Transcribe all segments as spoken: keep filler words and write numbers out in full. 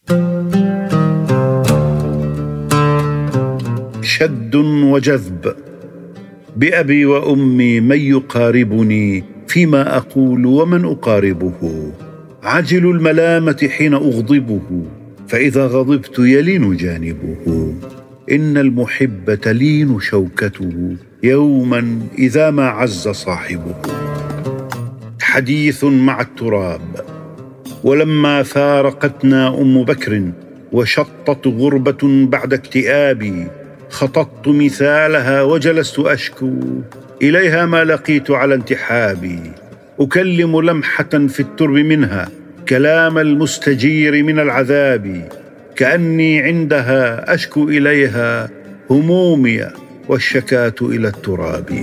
شد وجذب. بأبي وأمي من يقاربني فيما أقول ومن أقاربه. عجل الملامة حين أغضبه، فإذا غضبت يلين جانبه. إن المحب تلين شوكته يوما إذا ما عز صاحبه. حديث مع التراب. ولما فارقتنا أم بكر وشطت غربة بعد اكتئابي، خططت مثالها وجلست أشكو إليها ما لقيت على انتحابي. أكلم لمحة في الترب منها كلام المستجير من العذاب، كأني عندها أشكو إليها همومي والشكاة إلى التراب.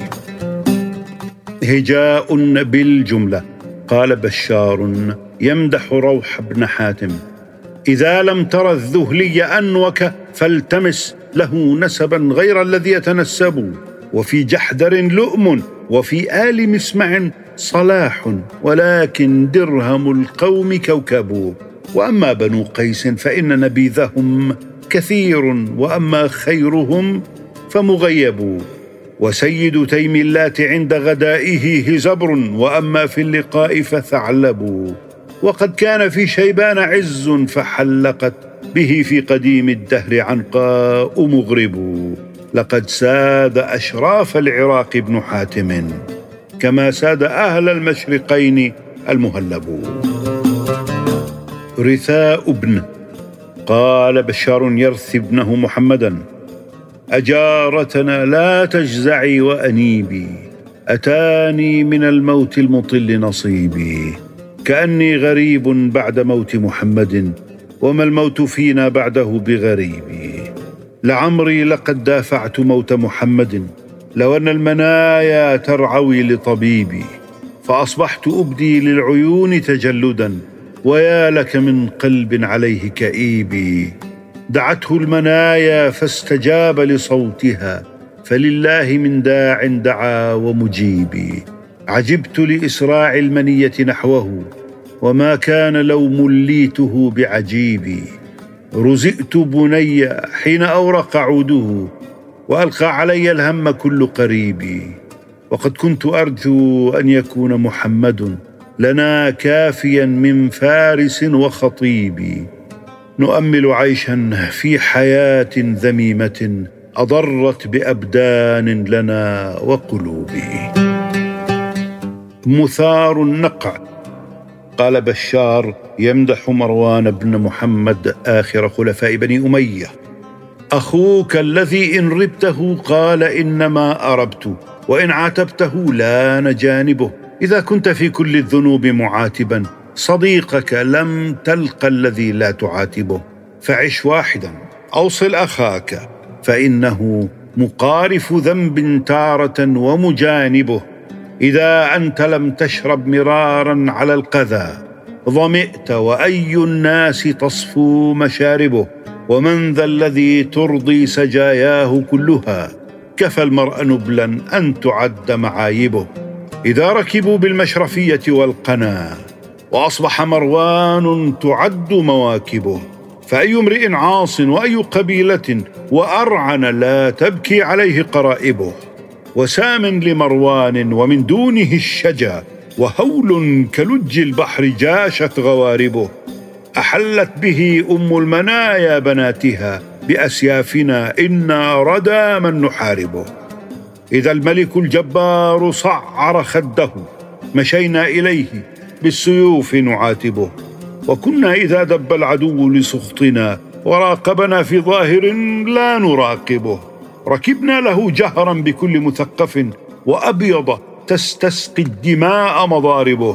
هجاء بالجملة. قال بشار يمدح روح بن حاتم: إذا لم تر الذهلي أنوك فالتمس له نسبا غير الذي يتنسب. وفي جحدر لؤم وفي آل مسمع صلاح، ولكن درهم القوم كوكب. وأما بنو قيس فإن نبيذهم كثير، وأما خيرهم فمغيب. وسيد تيم اللات عند غدائه هزبر، وأما في اللقاء فثعلب. وقد كان في شيبان عز، فحلقت به في قديم الدهر عنقاء مغرب. لقد ساد أشراف العراق بن حاتم، كما ساد أهل المشرقين المهلب. رثاء ابن. قال بشار يرثي ابنه محمدا: أجارتنا لا تجزعي وأنيبي، أتاني من الموت المطل نصيبي. كأني غريب بعد موت محمد، وما الموت فينا بعده بغريب. لعمري لقد دافعت موت محمد، لو أن المنايا ترعوي لطبيبي. فأصبحت أبدي للعيون تجلدا، ويا لك من قلب عليه كئيب. دعته المنايا فاستجاب لصوتها، فلله من داع دعا ومجيب. عجبت لإسراع المنية نحوه، وما كان لو مليته بعجيب. رزئت بني حين أورق عوده، وألقى علي الهم كل قريب. وقد كنت أرجو أن يكون محمد لنا كافيا من فارس وخطيب. نؤمل عيشا في حياة ذميمة أضرت بأبدان لنا وقلوب. مثار النقع. قال بشار يمدح مروان بن محمد آخر خلفاء بني أمية: أخوك الذي إن ربته قال إنما أربت، وإن عاتبته لان جانبه. إذا كنت في كل الذنوب معاتبا، صديقك لم تلق الذي لا تعاتبه. فعش واحدا، أوصل أخاك، فإنه مقارف ذنب تارة ومجانبه. إذا أنت لم تشرب مرارا على القذى، ظمئت وأي الناس تصفو مشاربه. ومن ذا الذي ترضي سجاياه كلها، كفى المرء نبلا أن تعد معايبه. إذا ركبوا بالمشرفية والقنا، وأصبح مروان تعد مواكبه. فأي امرئ عاص وأي قبيلة وأرعن لا تبكي عليه قرائبه. وسام لمروان ومن دونه الشجا، وهول كلج البحر جاشت غواربه. أحلت به أم المنايا بناتها، بأسيافنا إنا ردى من نحاربه. إذا الملك الجبار صعر خده، مشينا إليه بالسيوف نعاتبه. وكنا إذا دب العدو لسخطنا، وراقبنا في ظاهر لا نراقبه، ركبنا له جهرا بكل مثقف، وأبيض تستسقي الدماء مضاربه.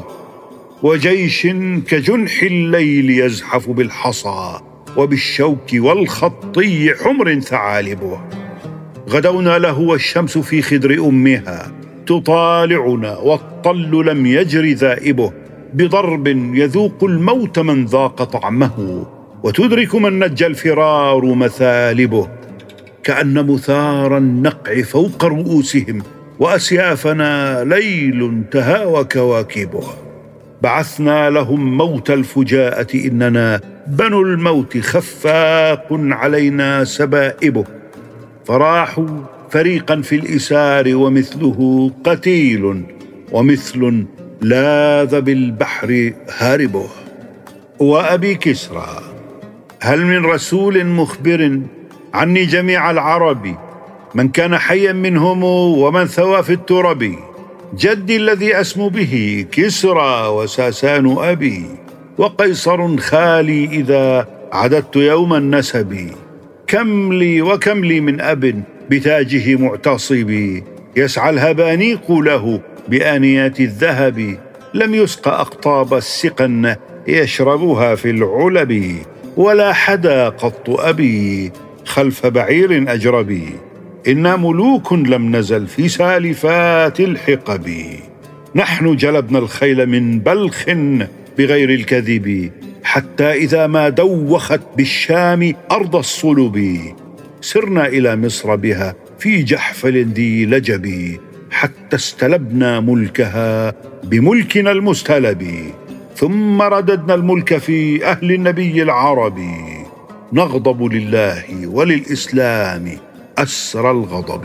وجيش كجنح الليل يزحف بالحصى، وبالشوك والخطي حمر ثعالبه. غدونا له والشمس في خدر أمها تطالعنا، والطل لم يجر ذائبه. بضرب يذوق الموت من ذاق طعمه، وتدرك من نجى الفرار مثالبه. كأن مثار النقع فوق رؤوسهم، وأسيافنا ليل تهاوى كواكبه. بعثنا لهم موت الفجاءة إننا بنو الموت خفاق علينا سبائبه. فراحوا فريقا في الإسار ومثله قتيل، ومثل لاذ بالبحر هاربه. وأبي كسرى، هل من رسول مخبر عني جميع العرب، من كان حيا منهم ومن ثوى في الترب. جدي الذي أسمو به كسرى وساسان أبي، وقيصر خالي إذا عددت يوم النسب. كم لي وكم لي من أب بتاجه معتصب، يسعى الهبانيق له بآنيات الذهب. لم يسق أقطاب السقن يشربها في العلب، ولا حدا قط أبي خلف بعير أجربي. إنا ملوك لم نزل في سالفات الحقب، نحن جلبنا الخيل من بلخ بغير الكذب، حتى إذا ما دوخت بالشام أرض الصلب، سرنا إلى مصر بها في جحفل ذي لجب، حتى استلبنا ملكها بملكنا المستلب. ثم رددنا الملك في أهل النبي العربي، نغضب لله وللإسلام أسر الغضب.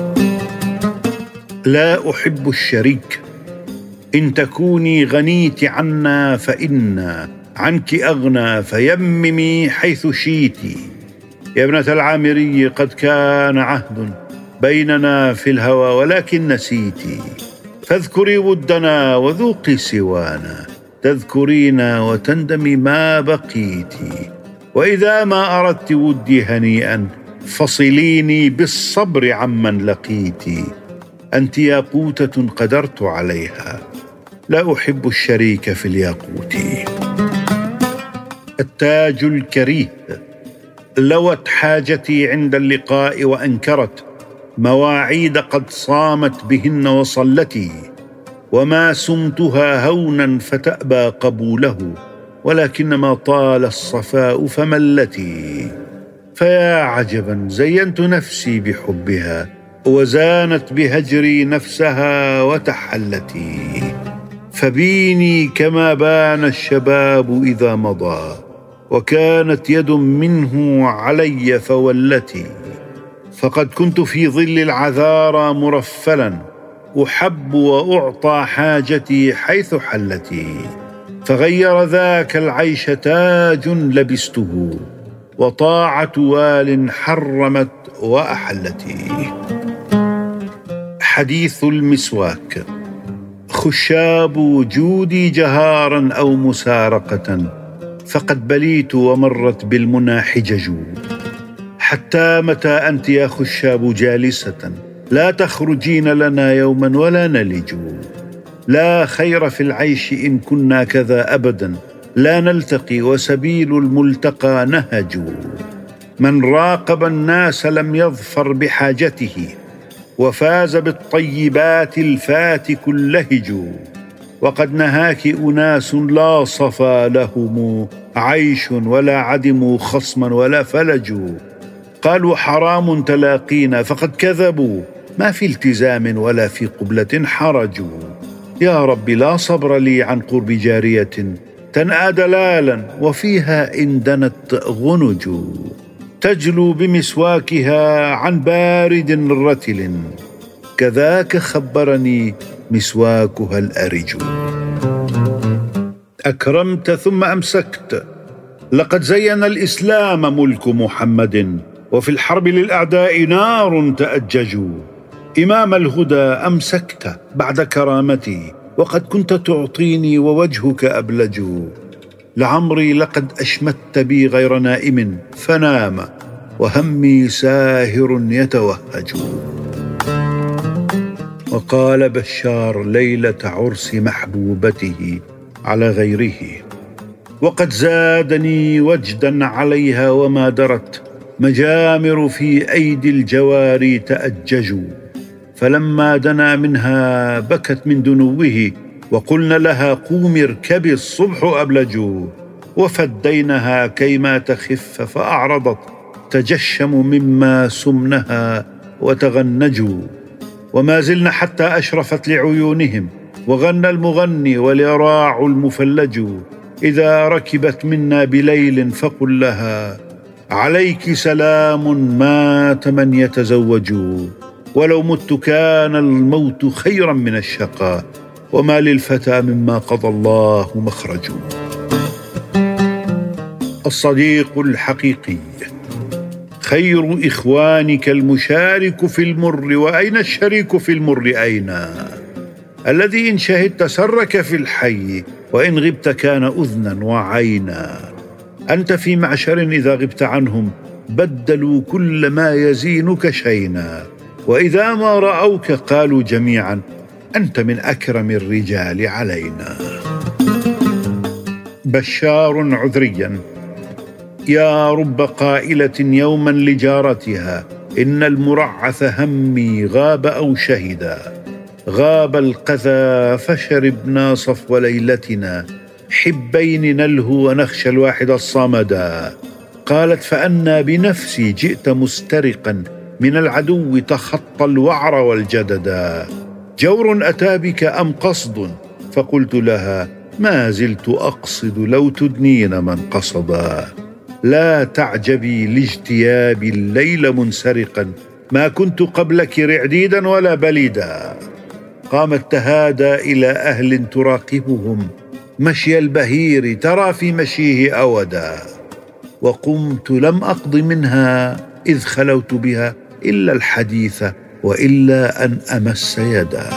لا أحب الشريك، إن تكوني غنيت عنا فإنا عنك أغنى، فيممي حيث شيتي. يا ابنة العامري، قد كان عهد بيننا في الهوى ولكن نسيتي، فاذكري ودنا وذوقي سوانا، تذكرينا وتندمي ما بقيتي. وإذا ما أردت ودي هنيئا، فصليني بالصبر عمن لقيتي. أنت ياقوتة قدرت عليها، لا أحب الشريك في الياقوت. التاج الكريه، لوت حاجتي عند اللقاء وأنكرت مواعيد قد صامت بهن وصلتي. وما سمتها هونا فتأبى قبوله، ولكنما طال الصفاء فملتي. فيا عجبا زينت نفسي بحبها، وزانت بهجري نفسها وتحلتي. فبيني كما بان الشباب إذا مضى، وكانت يد منه علي فولتي. فقد كنت في ظل العذارى مرفلا، أحب وأعطى حاجتي حيث حلتي. فغير ذاك العيش تاج لبسته، وطاعة وال حرمت وأحلتي. حديث المسواك، خشاب وجودي جهارا أو مسارقة، فقد بليت ومرت بالمنى حجج. حتى متى أنت يا خشاب جالسة، لا تخرجين لنا يوما ولا نلج. لا خير في العيش إن كنا كذا أبدا، لا نلتقي وسبيل الملتقى نهج. من راقب الناس لم يظفر بحاجته، وفاز بالطيبات الفات كلهج. وقد نهاك أناس لا صفى لهم عيش، ولا عدموا خصما ولا فلج. قالوا حرام تلاقينا فقد كذبوا، ما في التزام ولا في قبلة حرج. يا رب لا صبر لي عن قرب جارية تنأى دلالا، وفيها إن دنت غنج. تجلو بمسواكها عن بارد رتل، كذاك خبرني مسواكها الأرج. أكرمت ثم أمسكت، لقد زين الإسلام ملك محمد، وفي الحرب للأعداء نار تأجج. إمام الهدى أمسكت بعد كرامتي، وقد كنت تعطيني ووجهك أبلج. لعمري لقد أشمت بي غير نائم فنام، وهمي ساهر يتوهج. وقال بشار ليلة عرس محبوبته على غيره، وقد زادني وجدا عليها وما درت، مجامر في أيدي الجواري تأججوا. فلما دنا منها بكت من دنوه، وقلنا لها قومي اركبي الصبح أبلج. وفدينها كيما تخف فأعرضت، تجشم مما سمنها وتغنجوا. وما زلنا حتى أشرفت لعيونهم، وغنى المغني واليراع المفلج. إذا ركبت منا بليل فقل لها عليك سلام مات من يتزوج. ولو مت كان الموت خيرا من الشقاء، وما للفتى مما قضى الله مخرج. الصديق الحقيقي خير إخوانك المشارك في المر، وأين الشريك في المر أين؟ الذي إن شهدت سرك في الحي، وإن غبت كان أذنا وعينا. أنت في معشر إذا غبت عنهم بدلوا كل ما يزينك شينا، وإذا ما رأوك قالوا جميعا أنت من أكرم الرجال علينا. بشار عذريا: يا رب قائلة يوما لجارتها إن المرعث همي غاب أو شهدا، غاب القذى فشربنا صفو ليلتنا، حبين نلهو ونخشى الواحد الصمدا. قالت فأنا بنفسي جئت مسترقا من العدو تخطى الوعر والجددا، جور أتى بك أم قصد؟ فقلت لها ما زلت أقصد لو تدنين من قصدا. لا تعجبي لاجتيابي الليل منسرقا، ما كنت قبلك رعديدا ولا بليدا. قامت تهادى إلى أهل تراقبهم مشي البهير ترى في مشيه أودا، وقمت لم أقض منها إذ خلوت بها إلا الحديث وإلا أن أمس يدا.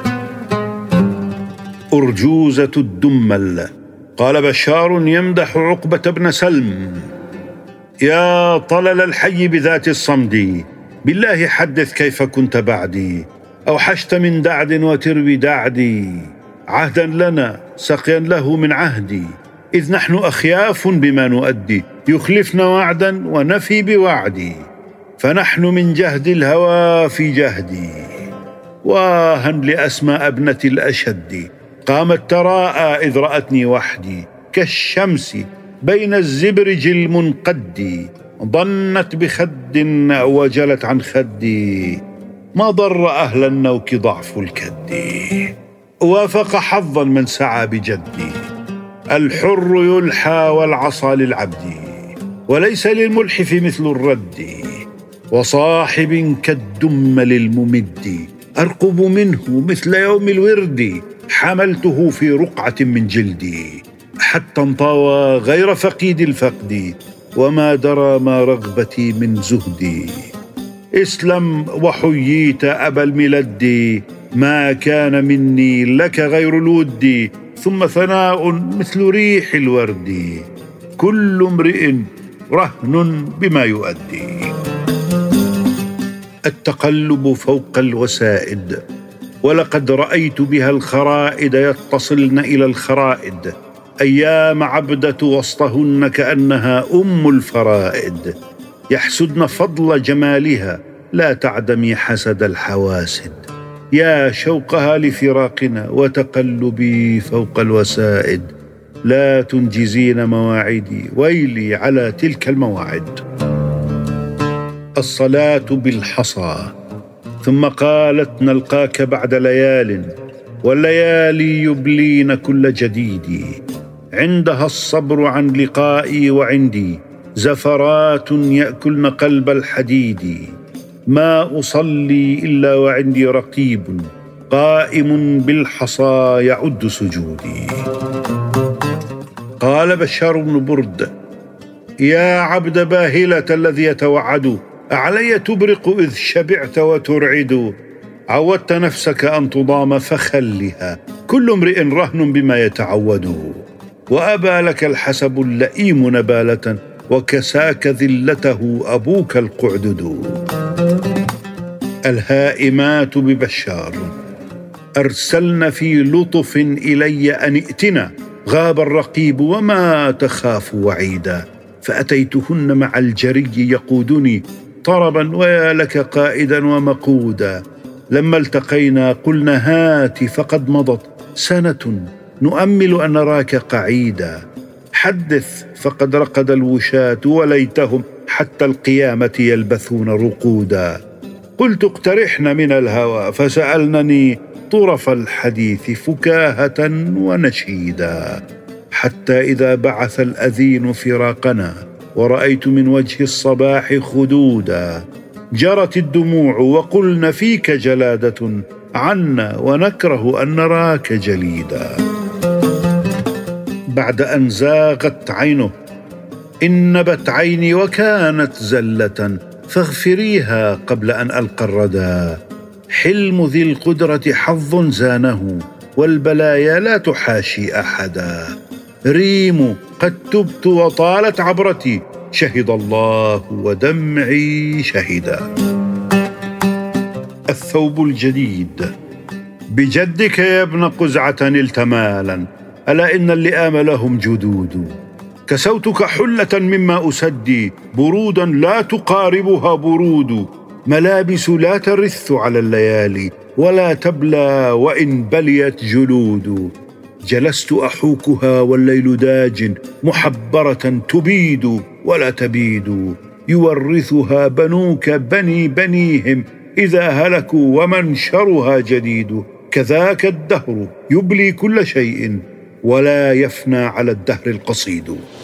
أرجوزة الدمل. قال بشار يمدح عقبة بن سلم: يا طلل الحي بذات الصمد، بالله حدث كيف كنت بعدي، أوحشت من دعد وتربي دعدي، عهدا لنا سقيا له من عهدي، إذ نحن أخياف بما نؤدي، يخلفنا وعدا ونفي بوعدي، فنحن من جهد الهوى في جهدي. واها لأسماء ابنة الأشد، قامت تراءى إذ رأتني وحدي، كالشمس بين الزبرج المنقد، ضنت بخد وجلت عن خدي، ما ضر أهل النوك ضعف الكد، وافق حظا من سعى بجدي، الحر يلحى والعصا للعبد، وليس للملحف مثل الرد، وصاحب كالدمل الممد، أرقب منه مثل يوم الورد، حملته في رقعة من جلدي، حتى انطوى غير فقيد الفقد، وما درى ما رغبتي من زهدي. اسلم وحييت أبا الملد، ما كان مني لك غير الود، ثم ثناء مثل ريح الورد، كل امرئ رهن بما يؤدي. التقلب فوق الوسائد، ولقد رأيت بها الخرائد يتصلن إلى الخرائد، أيام عبدة وسطهن كأنها أم الفرائد، يحسدن فضل جمالها لا تعدمي حسد الحواسد، يا شوقها لفراقنا وتقلبي فوق الوسائد، لا تنجزين مواعدي ويلي على تلك المواعد. الصلاة بالحصى. ثم قالت نلقاك بعد ليال، والليالي يبلين كل جديد، عندها الصبر عن لقائي وعندي زفرات يأكلن قلب الحديد، ما أصلي إلا وعندي رقيب قائم بالحصى يعد سجودي. قال بشار بن برد: يا عبد باهلة الذي يتوعد، أعلي تبرق إذ شبعت وترعد، عودت نفسك أن تضام فخلها، كل امرئ رهن بما يتعود، وأبى لك الحسب اللئيم نبالة، وكساك ذلته أبوك القعدد. الهائمات ببشار. أرسلن في لطف إلي أن ائتنا، غاب الرقيب وما تخاف وعيدا، فأتيتهن مع الجري يقودني طربا، ويا لك قائدا ومقودا. لما التقينا قلنا هات، فقد مضت سنة نؤمل أن نراك قعيدا، حدث فقد رقد الوشاة، وليتهم حتى القيامة يلبثون رقودا. قلت اقترحن من الهوى، فسألنني طرف الحديث فكاهة ونشيدا، حتى إذا بعث الأذين فراقنا ورأيت من وجه الصباح خدودا، جرت الدموع وقلن فيك جلادة عنا ونكره أن نراك جليدا. بعد أن زاغت عينه إن نبت عيني وكانت زلة، فاغفريها قبل أن ألقى الردى. حلم ذي القدرة حظ زانه، والبلايا لا تحاشي أحدا. ريم قد تبت وطالت عبرتي، شهد الله ودمعي شهدا. الثوب الجديد. بجدك يا ابن قزعة نلت مالا، ألا إن اللئام لهم جدود. كسوتك حلة مما أسدي، برودا لا تقاربها برود. ملابس لا ترث على الليالي، ولا تبلى وإن بليت جلود. جلست أحوكها والليل داج، محبرة تبيد ولا تبيد. يورثها بنوك بني بنيهم، إذا هلكوا ومنشرها جديد. كذاك الدهر يبلي كل شيء، ولا يفنى على الدهر القصيد.